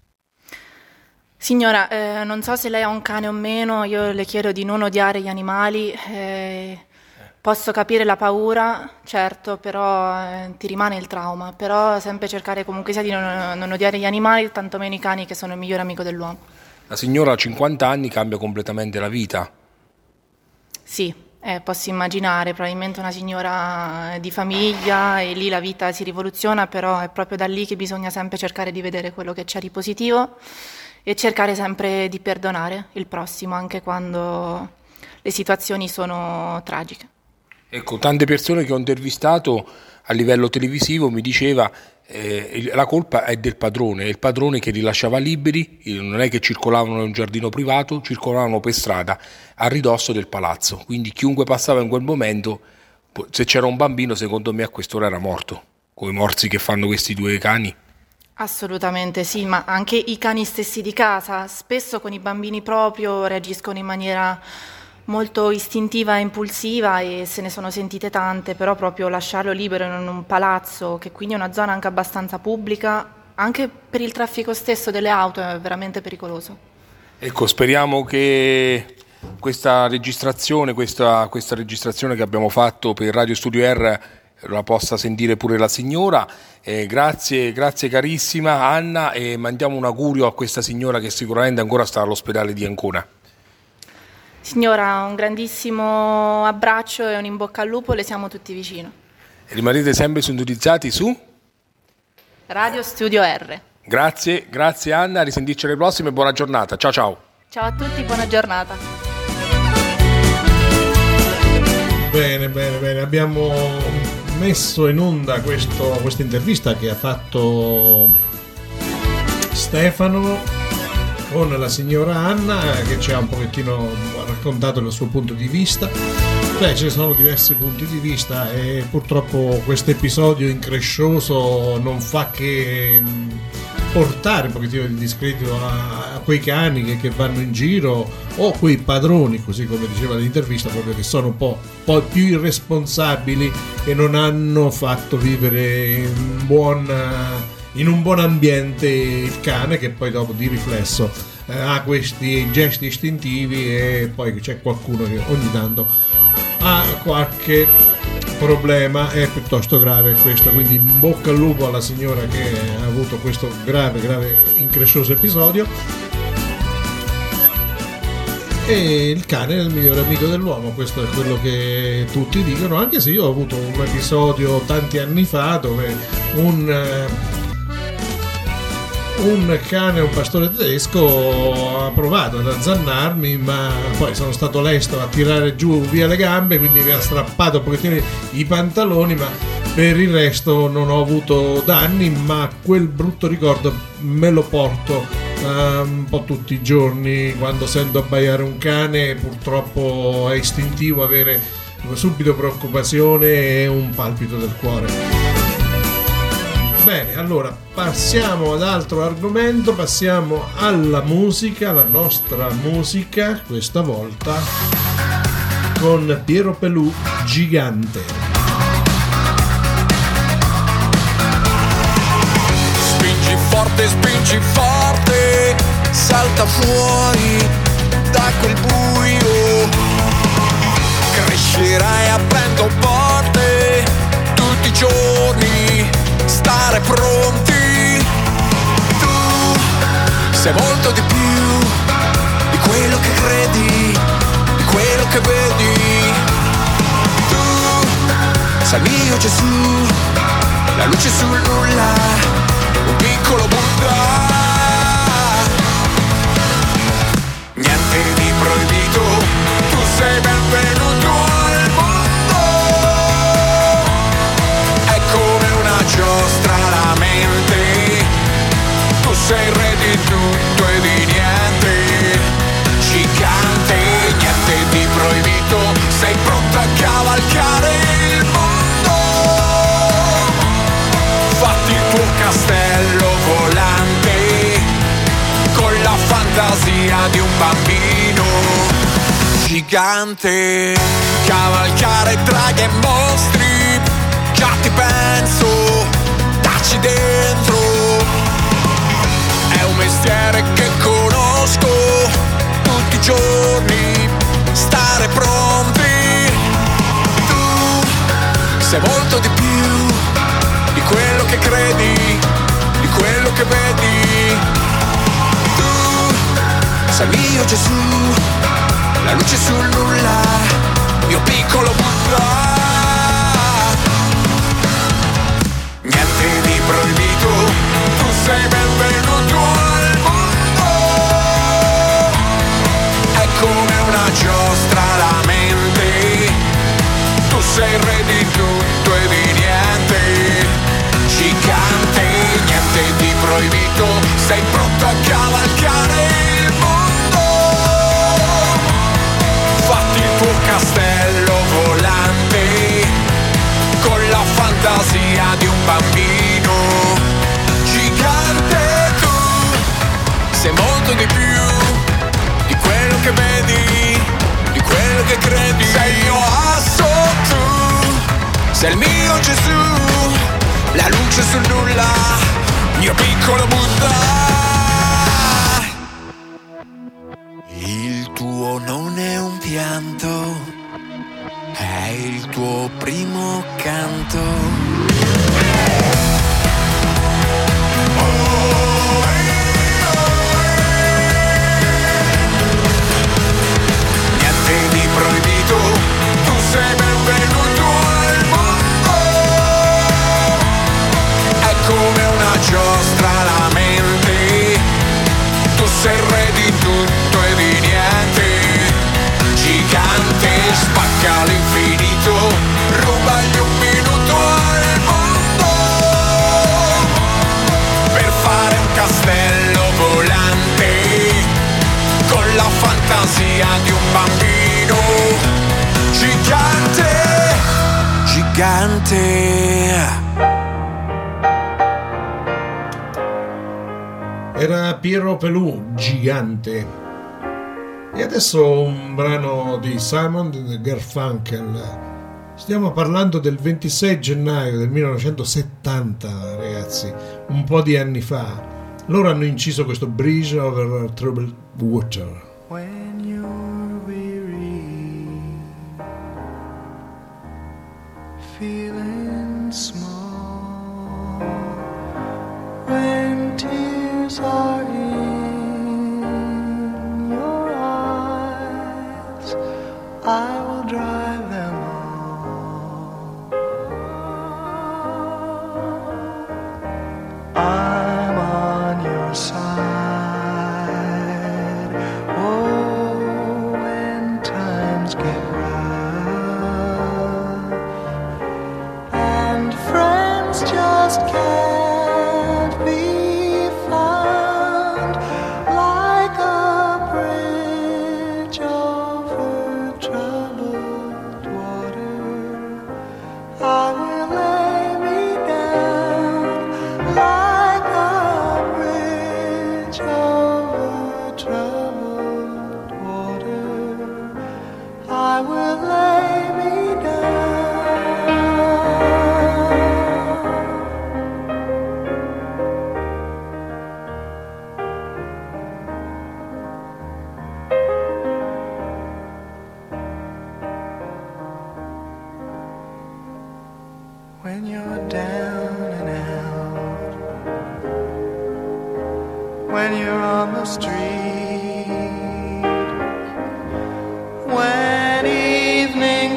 Signora, eh, non so se lei ha un cane o meno, io le chiedo di non odiare gli animali. Eh, Posso capire la paura, certo, però eh, ti rimane il trauma, però sempre cercare comunque sia di non, non odiare gli animali, tantomeno i cani che sono il migliore amico dell'uomo. La signora a cinquanta anni cambia completamente la vita? Sì, eh, posso immaginare, probabilmente una signora di famiglia e lì la vita si rivoluziona, però è proprio da lì che bisogna sempre cercare di vedere quello che c'è di positivo e cercare sempre di perdonare il prossimo, anche quando le situazioni sono tragiche. Ecco, tante persone che ho intervistato a livello televisivo mi diceva eh, la colpa è del padrone, è il padrone che li lasciava liberi, non è che circolavano in un giardino privato, circolavano per strada a ridosso del palazzo, quindi chiunque passava in quel momento, se c'era un bambino secondo me a quest'ora era morto, come i morsi che fanno questi due cani. Assolutamente sì, ma anche i cani stessi di casa, spesso con i bambini proprio reagiscono in maniera molto istintiva e impulsiva e se ne sono sentite tante, però proprio lasciarlo libero in un palazzo, che quindi è una zona anche abbastanza pubblica, anche per il traffico stesso delle auto è veramente pericoloso. Ecco, speriamo che questa registrazione, questa, questa registrazione che abbiamo fatto per Radio Studio R la possa sentire pure la signora. Eh, grazie, grazie carissima Anna e mandiamo un augurio a questa signora che sicuramente ancora sta all'ospedale di Ancona. Signora, un grandissimo abbraccio e un in bocca al lupo, le siamo tutti vicino. Rimanete sempre sintonizzati su Radio Studio R. Grazie, grazie Anna, a risentirci alle prossime e buona giornata. Ciao ciao. Ciao a tutti, buona giornata. Bene, bene, bene, abbiamo messo in onda questo, questa intervista che ha fatto Stefano con la signora Anna, che ci ha un pochettino raccontato il suo punto di vista. beh, ci sono diversi punti di vista e purtroppo questo episodio increscioso non fa che portare un pochettino di discredito a, a quei cani che, che vanno in giro, o quei padroni, così come diceva l'intervista, proprio che sono un po', po' più irresponsabili e non hanno fatto vivere in, buon, in un buon ambiente il cane, che poi dopo di riflesso eh, ha questi gesti istintivi, e poi c'è qualcuno che ogni tanto ha qualche problema, è piuttosto grave questo. Quindi in bocca al lupo alla signora che ha avuto questo grave grave increscioso episodio. E il cane è il migliore amico dell'uomo, questo è quello che tutti dicono, anche se io ho avuto un episodio tanti anni fa dove un un cane, un pastore tedesco, ha provato ad azzannarmi, ma poi sono stato lesto a tirare giù via le gambe, quindi mi ha strappato un pochettino i pantaloni, ma per il resto non ho avuto danni, ma quel brutto ricordo me lo porto uh, un po' tutti i giorni. Quando sento abbaiare un cane, purtroppo è istintivo avere subito preoccupazione e un palpito del cuore. Bene, allora passiamo ad altro argomento, passiamo alla musica, la nostra musica, questa volta con Piero Pelù, Gigante. Spingi forte, spingi forte, salta fuori da quel buio, crescerai aprendo porte tutti i giorni, stare pronti. Tu sei molto di più di quello che credi, di quello che vedi. Tu sei il mio Gesù, la luce sul nulla, un piccolo Buddha. Niente di proibito, tu sei benvenuto al mondo. È come una giostra la mente, tu sei il re di tutto e di niente. Gigante, niente di proibito, sei pronto a cavalcare il mondo. Fatti il tuo castello volante, con la fantasia di un bambino. Gigante, cavalcare draghi e mostri, già ti penso, dacci dentro. È un mestiere che conosco, tutti i giorni stare pronti. Tu sei molto di più di quello che credi, di quello che vedi. Tu sei mio Gesù, la luce sul nulla, mio piccolo Buddha. Niente di proibito, tu sei benvenuto al mondo. È come una giostra la mente, tu sei il re di tutto e di niente. Gigante, niente di proibito, sei pronto a cavalcare il mondo. Fatti il tuo castello volante, con la fantasia di un bambino. Gigante, tu sei molto di più di quello che vedi, di quello che credi. Sei il mio asso, tu sei il mio Gesù, la luce sul nulla, mio piccolo Buddha. Il tuo non è un pianto, è il tuo primo canto. Niente di proibito, tu sei benvenuto al mondo. È come una giostra la mente, tu sei il re di tutto e di niente. Gigante, spacca l'infinito, rubagli un minuto al mondo, per fare un castello volante, con la fantasia di un bambino. Gigante, gigante. Era Piero Pelù, Gigante. E adesso un brano di Simon and Garfunkel. Stiamo parlando del ventisei gennaio del millenovecentosettanta, ragazzi, un po' di anni fa. Loro hanno inciso questo Bridge over Troubled Water. When you're weary, feeling small, when tears are in your eyes, I will dry them all. I'm on your side. Oh, when times get rough and friends just can't be found, like a bridge over troubled water, I will lay me down like a bridge over troubled water. I will lay me down. When you're down and out, when you're on the street, when evening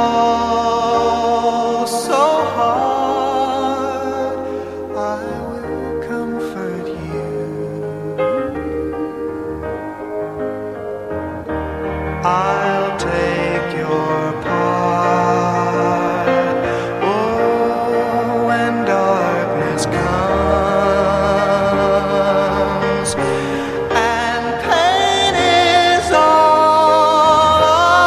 falls so hard, I will comfort you. I'll take your part. Oh, when darkness comes and pain is all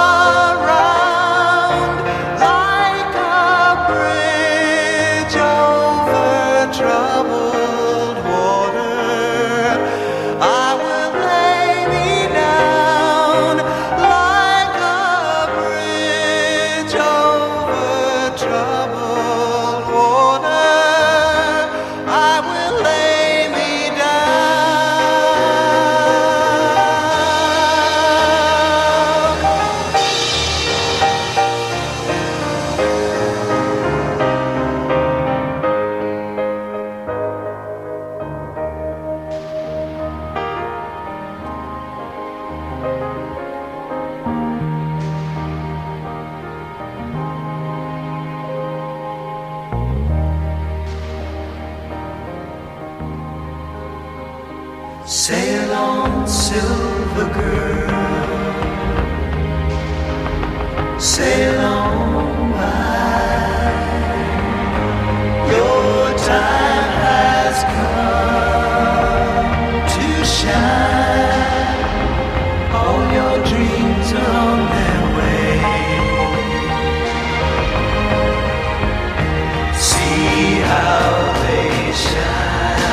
around, like a bridge over troubled water, I will lay me down like a bridge over troubled water. I will lay me Sail on, silver girl, sail on by. Your time has come to shine. All your dreams are on their way. See how they shine.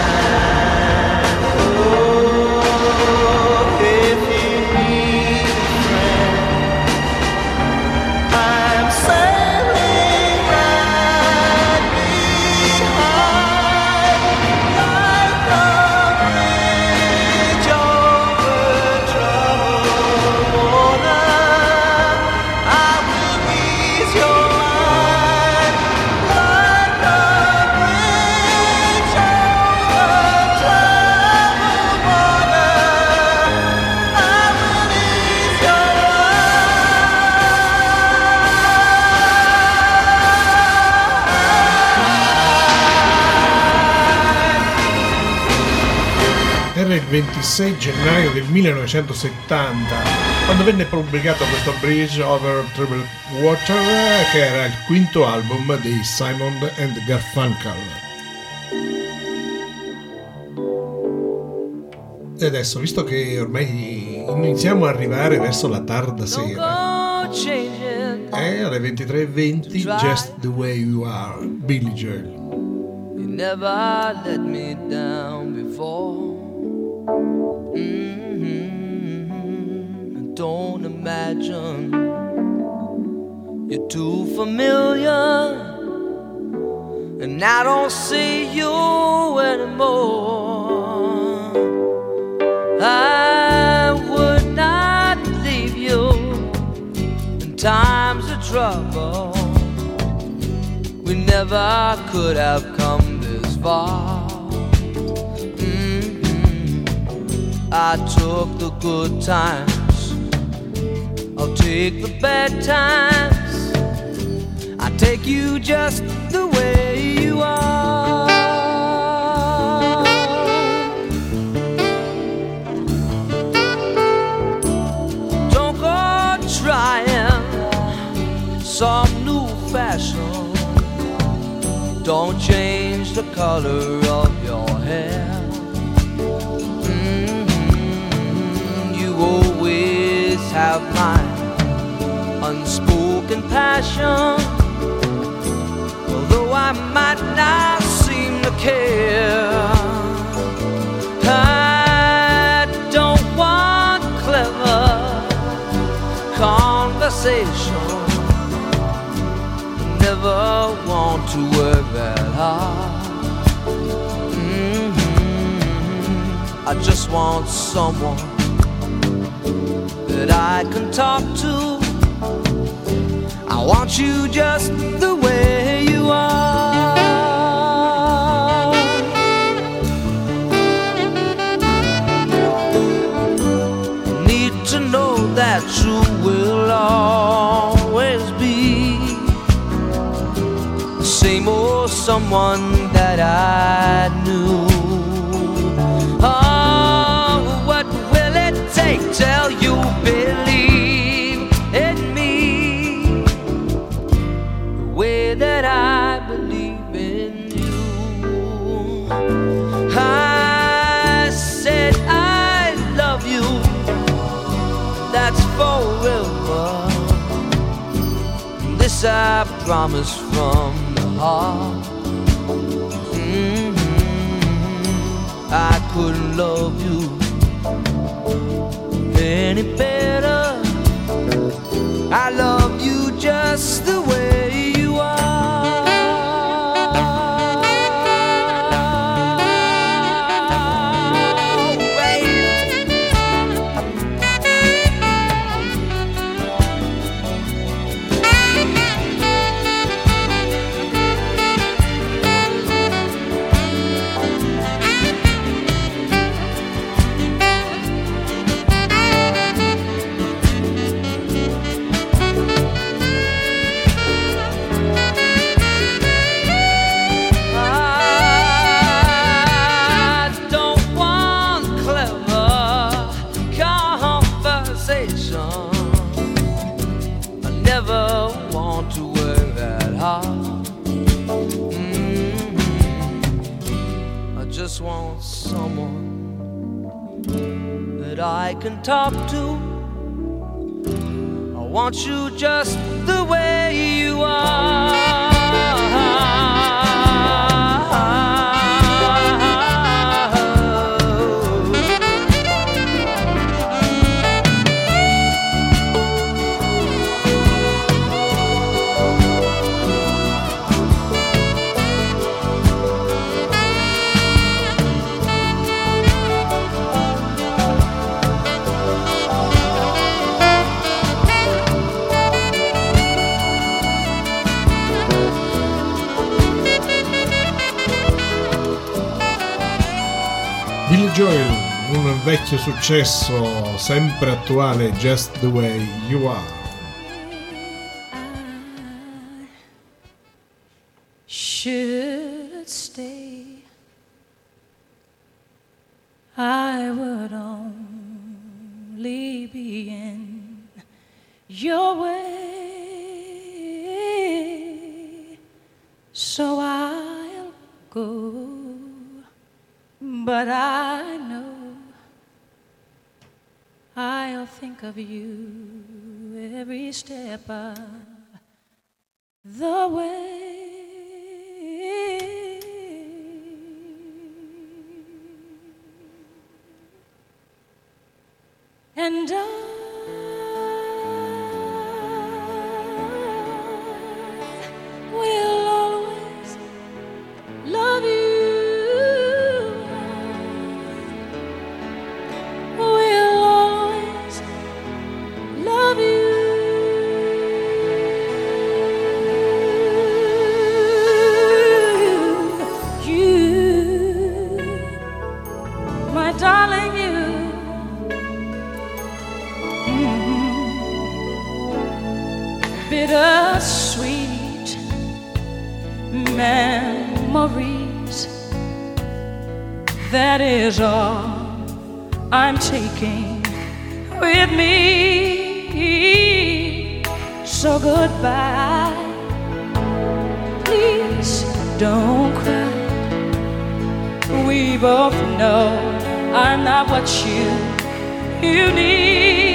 Era il ventisei gennaio del millenovecentosettanta quando venne pubblicato questo Bridge over Troubled Water, che era il quinto album dei Simon and Garfunkel. E adesso, visto che ormai iniziamo a arrivare verso la tarda sera, Don't go changing E alle ventitré e venti Just the Way You Are, Billy Joel. You never let me down before. Mm-hmm. Don't imagine you're too familiar, and I don't see you anymore. I would not leave you in times of trouble. We never could have come this far. Mm-hmm. I took the good times, I'll take the bad times. I take you just the way you are. Don't go trying some new fashion. Don't change the color of your hair. Mm-hmm. You always have my unspoken passion. Although I might not seem to care, I don't want clever conversation. Never want to work that hard. Mm-hmm. I just want someone that I can talk to. I want you just the way you are. Need to know that you will always be the same old someone that I knew. Oh, what will it take till you believe in me the way that I believe in you? I said I love you, that's forever. This I promise from the heart. Mm-hmm. I couldn't love you any better. I love you just the way you are. Want someone that I can talk to. I want you just the way you are. Billy Joel, un vecchio successo sempre attuale, Just the Way You Are. Should stay, I would only be in your way, so I'll go. But I know I'll think of you every step of the way. And I will always love you. Will always love you. You, my darling, you. Bittersweet memories, that is all I'm taking with me. So goodbye, please don't cry. We both know I'm not what you, you need.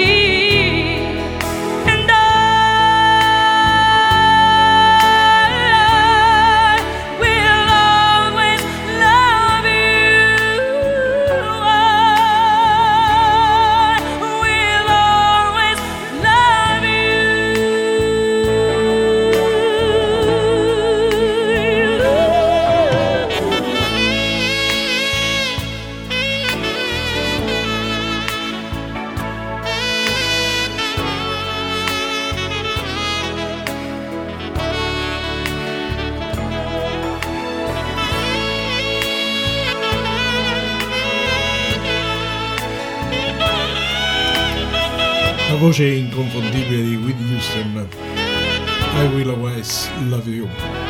La voce inconfondibile di Whitney Houston, I Will Always Love You.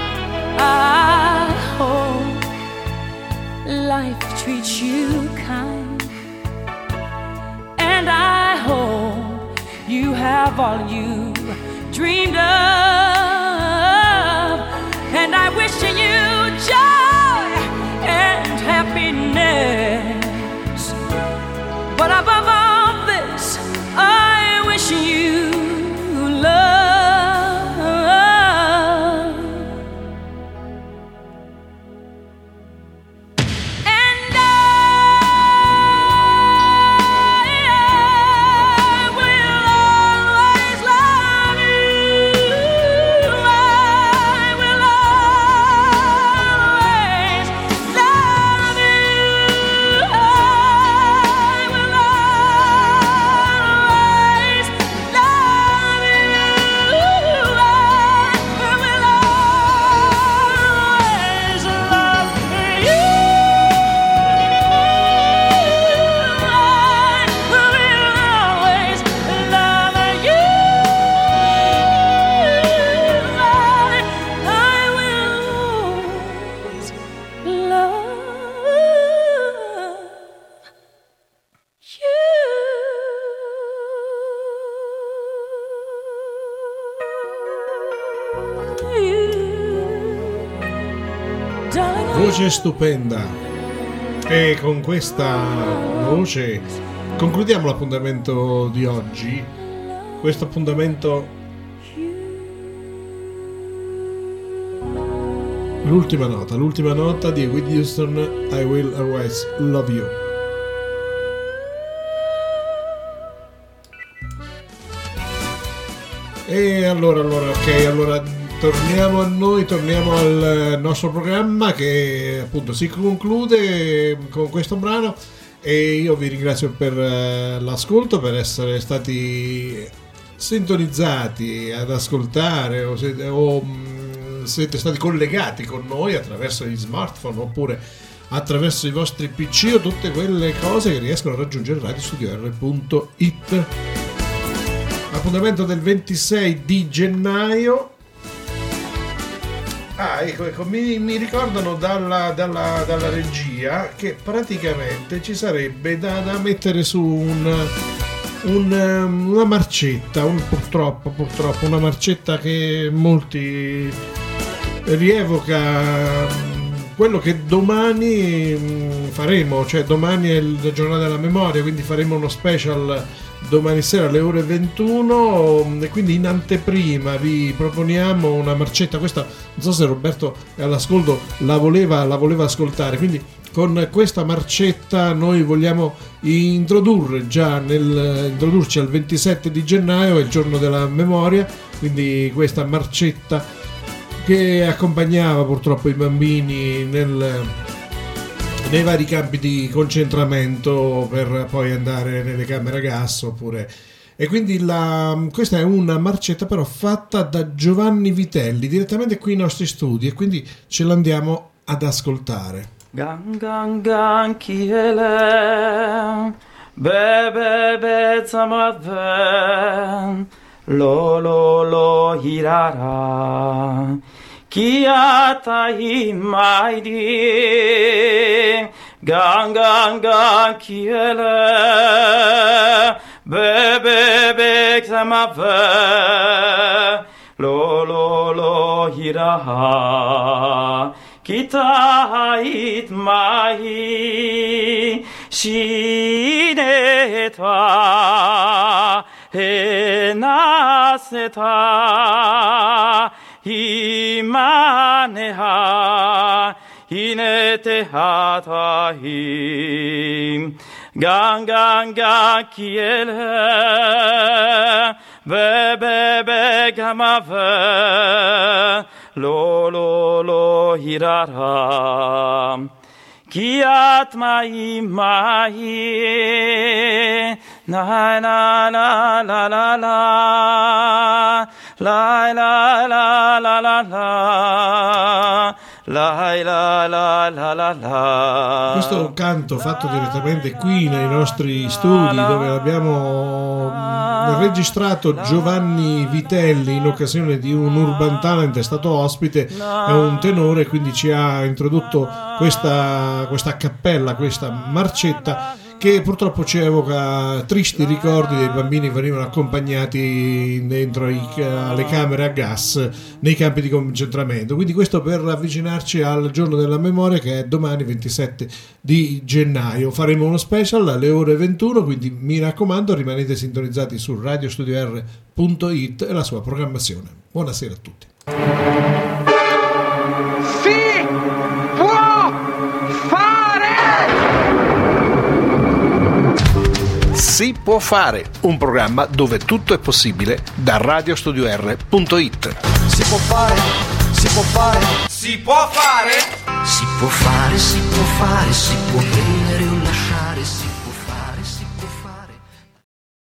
I hope life treats you kind, and I hope you have all you dreamed of, and I wish you joy and happiness, but above all this, I wish you love. And I will always love you. I will always love you. I will always love you. I will always love you. Voce stupenda. E con questa voce concludiamo l'appuntamento di oggi. Questo appuntamento, l'ultima nota, l'ultima nota di Whitney Houston, I Will Always Love You. E allora, allora, ok, allora torniamo a noi, torniamo al nostro programma che appunto si conclude con questo brano, e io vi ringrazio per l'ascolto, per essere stati sintonizzati ad ascoltare, o siete, o siete stati collegati con noi attraverso gli smartphone oppure attraverso i vostri P C o tutte quelle cose che riescono a raggiungere radio studio r punto it. Appuntamento del ventisei di gennaio. Ah, ecco, ecco, mi, mi ricordano dalla, dalla, dalla regia che praticamente ci sarebbe da, da mettere su un, un, una marcetta, un, purtroppo, purtroppo, una marcetta che molti rievoca quello che domani mh, faremo, cioè domani è la giornata della memoria, quindi faremo uno special domani sera alle ore ventuno, e quindi in anteprima vi proponiamo una marcetta. Questa non so se Roberto è all'ascolto, la voleva, la voleva ascoltare, quindi con questa marcetta noi vogliamo introdurre già nel, introdurci al ventisette di gennaio, è il giorno della memoria, quindi questa marcetta che accompagnava purtroppo i bambini nel, nei vari campi di concentramento per poi andare nelle camere a gas oppure... E quindi la, questa è una marcetta però fatta da Giovanni Vitelli direttamente qui ai nostri studi, e quindi ce l'andiamo ad ascoltare. Gang gang gang kiele be be be tsamadven lo lo lo hirara kiata himaidi gang gang gang kiele be be be tsamadven lo lo lo hirara Kitahit mahi shineta enaseta imaneha inetehatahi gang gang gang kiele be be be gamave lo lo lo hirara kiat mai mai na na na la la la la la la la la la La, la, la, la, la, la. Questo canto fatto direttamente qui nei nostri studi, dove abbiamo registrato Giovanni Vitelli in occasione di un Urban Talent, è stato ospite, è un tenore, quindi ci ha introdotto questa, questa cappella, questa marcetta che purtroppo ci evoca tristi ricordi dei bambini che venivano accompagnati dentro i, alle camere a gas nei campi di concentramento. Quindi questo per avvicinarci al giorno della memoria, che è domani ventisette di gennaio. Faremo uno special alle ore ventuno, quindi mi raccomando rimanete sintonizzati su radio studio r punto it e la sua programmazione. Buonasera a tutti. Si può fare! Si può fare, un programma dove tutto è possibile da radio studio r punto it. Si può fare, si può fare, Si può fare? si può fare, si può fare, si può credere.